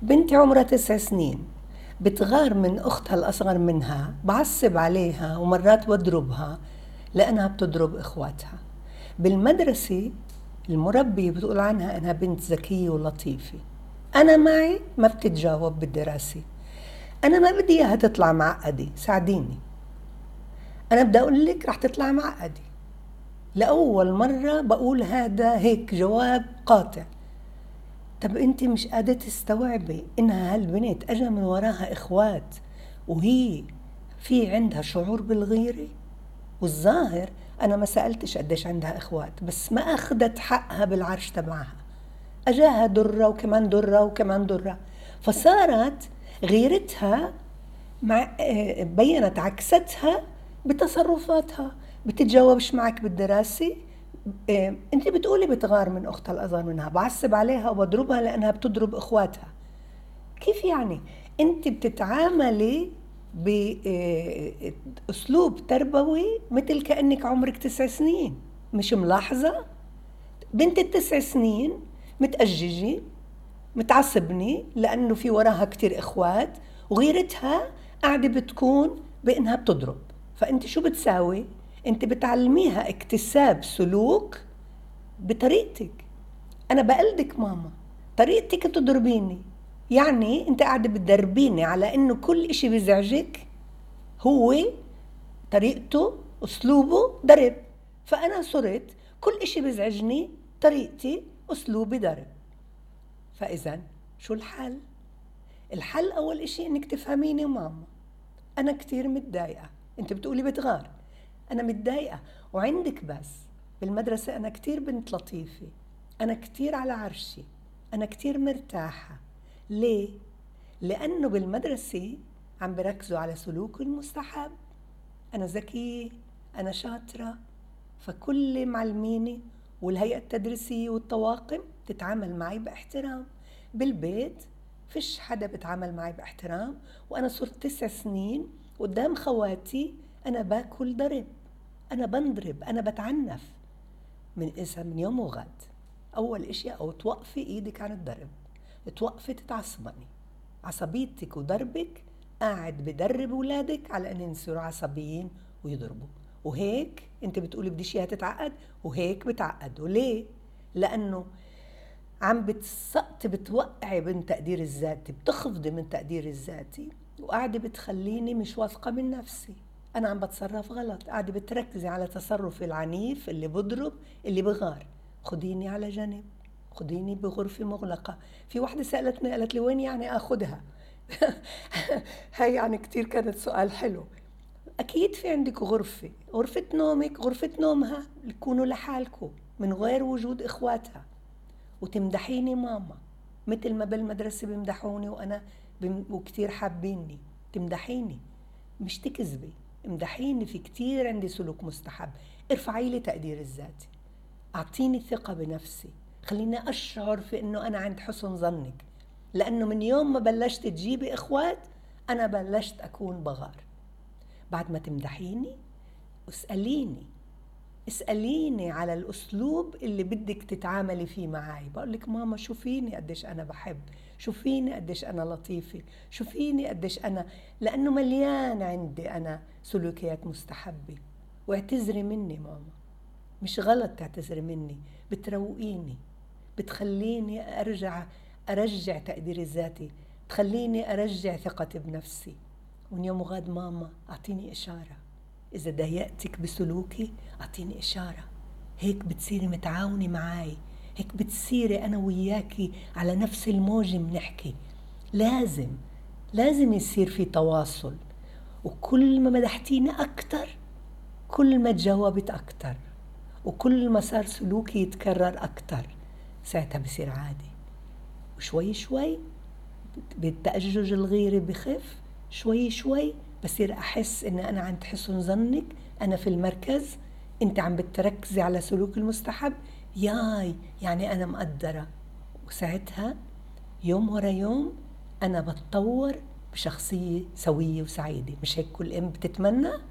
بنتي عمرها 9 سنين، بتغار من أختها الأصغر منها، بعصب عليها ومرات بضربها لأنها بتضرب إخواتها. بالمدرسة المربية بتقول عنها أنها بنت ذكية ولطيفة. أنا معي ما بتتجاوب بالدراسة. أنا ما بدي إياها تطلع معقدة، ساعديني. أنا بدي أقول لك رح تطلع معقدة. لأول مرة بقول هذا هيك جواب قاطع. طب انت مش قادرة تستوعبي انها هالبنت اجا من وراها اخوات وهي في عندها شعور بالغيرة؟ والظاهر انا ما سألتش قديش عندها اخوات، بس ما اخذت حقها بالعرش تبعها. اجاها درة وكمان درة وكمان درة، فصارت غيرتها بينت عكستها بتصرفاتها. بتتجاوبش معك بالدراسة. انت بتقولي بتغار من اختها الاصغر منها، بعصب عليها وبضربها لانها بتضرب اخواتها. كيف يعني؟ انت بتتعاملي باسلوب تربوي مثل كأنك عمرك 9 سنين. مش ملاحظة؟ بنت ال9 سنين متأججة، متعصبني لأنه في وراها كتير إخوات، وغيرتها قاعدة بتكون بأنها بتضرب. فأنت شو بتساوي؟ أنت بتعلميها اكتساب سلوك بطريقتك. أنا بقلدك ماما، طريقتك تضربيني، يعني أنت قاعدة بتدربيني على أنه كل إشي بيزعجك هو طريقته أسلوبه ضرب. فأنا صرت كل إشي بيزعجني طريقتي أسلوبي ضرب. فإذا شو الحل؟ الحل أول إشي إنك تفهميني ماما، أنا كتير متضايقة. أنت بتقولي بتغار، أنا متضايقة وعندك. بس بالمدرسة أنا كتير بنت لطيفة، أنا كتير على عرشي، أنا كتير مرتاحة. ليه؟ لأنه بالمدرسة عم بركزوا على سلوك المستحب. أنا ذكية، أنا شاطرة، فكل معلميني والهيئة التدريسية والطواقم تتعامل معي باحترام. بالبيت فيش حدا بتعامل معي باحترام، وأنا صرت 9 سنين قدام خواتي أنا باكل ضرب، أنا بنضرب، أنا بتعنف. من يوم وغد أول إشي أو توقفي إيدك عن الضرب، توقفي تتعصبني. عصبيتك وضربك قاعد بدرب ولادك على أن يصيروا عصبيين ويضربوا. وهيك انت بتقولي بديش اياها تتعقد، وهيك بتعقدوا. ليه؟ لأنه عم بتسقطي، بتوقعي من تقدير الذاتي، بتخفضي من تقدير الذاتي، وقاعدة بتخليني مش واثقة من نفسي. أنا عم بتصرف غلط، قاعدة بتركزي على تصرفي العنيف اللي بضرب، اللي بغار. خديني على جنب، خديني بغرفة مغلقة. في واحدة سألتني قالت لي وين يعني أخدها؟ هاي يعني كتير كانت سؤال حلو. أكيد في عندك غرفة نومك، غرفة نومها تكونوا لحالكم من غير وجود إخواتها. وتمدحيني ماما مثل ما بالمدرسة بمدحوني وأنا وكتير حابيني. تمدحيني، مش تكذبي، امدحيني في كتير عندي سلوك مستحب. ارفعي لي تقدير الذاتي، أعطيني ثقة بنفسي، خليني أشعر في أنه أنا عند حسن ظنك. لأنه من يوم ما بلشت تجيبي إخوات أنا بلشت أكون بغار. بعد ما تمدحيني اسأليني على الأسلوب اللي بدك تتعاملي فيه معاي. بقولك ماما شوفيني قديش أنا بحب، شوفيني قديش أنا لطيفة، شوفيني قديش أنا، لأنه مليان عندي أنا سلوكيات مستحبة. واعتذري مني ماما، مش غلط تعتذري مني، بتروقيني، بتخليني أرجع تقديري الذاتي، تخليني أرجع ثقتي بنفسي. ومن يوم وغاد ماما أعطيني إشارة، إذا ضايقتك بسلوكي أعطيني إشارة. هيك بتصيري متعاونة معاي، هيك بتصيري أنا وياكي على نفس الموجة بنحكي. لازم يصير في تواصل. وكل ما مدحتيني أكتر كل ما تجاوبت أكتر، وكل ما صار سلوكي يتكرر أكتر، ساعتها بصير عادي. وشوي شوي بالتأجج الغيري بخف، شوي بصير أحس إن أنا عند حسن ظنك، أنا في المركز، أنت عم بتركزي على سلوك المستحب، يعني أنا مقدرة. وساعتها يوم ورا يوم أنا بتطور بشخصية سوية وسعيدة. مش هيك كل أم بتتمنى؟